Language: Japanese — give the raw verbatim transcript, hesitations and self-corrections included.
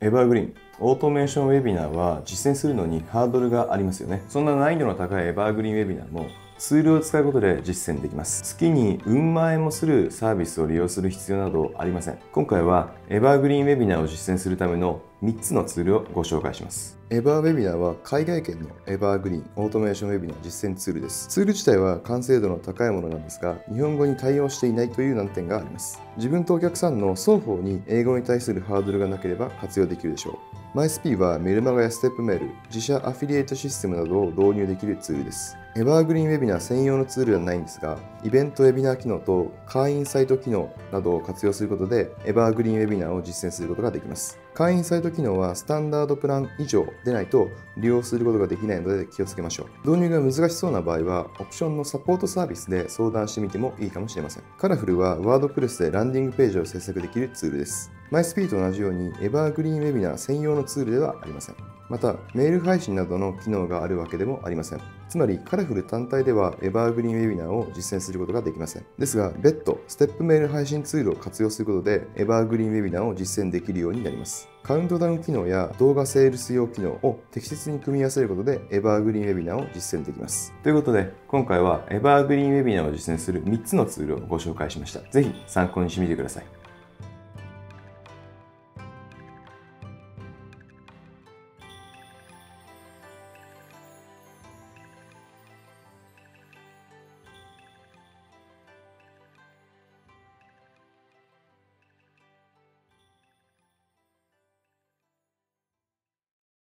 エバーグリーン、オートメーションウェビナーは実践するのにハードルがありますよね。そんな難易度の高いエバーグリーンウェビナーもツールを使うことで実践できます。月にうんまんえんもするサービスを利用する必要などありません。今回はエバーグリーンウェビナーを実践するためのみっつのツールをご紹介します。エバーウェビナーは海外圏のエバーグリーンオートメーションウェビナー実践ツールです。ツール自体は完成度の高いものなんですが、日本語に対応していないという難点があります。自分とお客さんの双方に英語に対するハードルがなければ活用できるでしょう。マイスピーはメルマガやステップメール、自社アフィリエイトシステムなどを導入できるツールです。エバーグリーンウェビナー専用のツールではないんですが、イベントウェビナー機能と会員サイト機能などを活用することで、エバーグリーンウェビナーを実践することができます。会員サイト機能はスタンダードプラン以上でないと利用することができないので気をつけましょう。導入が難しそうな場合は、オプションのサポートサービスで相談してみてもいいかもしれません。カラフルはワードプレスでランディングページを制作できるツールです。マイスピーと同じようにエバーグリーンウェビナー専用のツールではありません。また、メール配信などの機能があるわけでもありません。つまり、カラフル単体ではエバーグリーンウェビナーを実践することができません。ですが、別途、ステップメール配信ツールを活用することで、エバーグリーンウェビナーを実践できるようになります。カウントダウン機能や動画セールス用機能を適切に組み合わせることで、エバーグリーンウェビナーを実践できます。ということで、今回はエバーグリーンウェビナーを実践するみっつのツールをご紹介しました。ぜひ参考にしてみてください。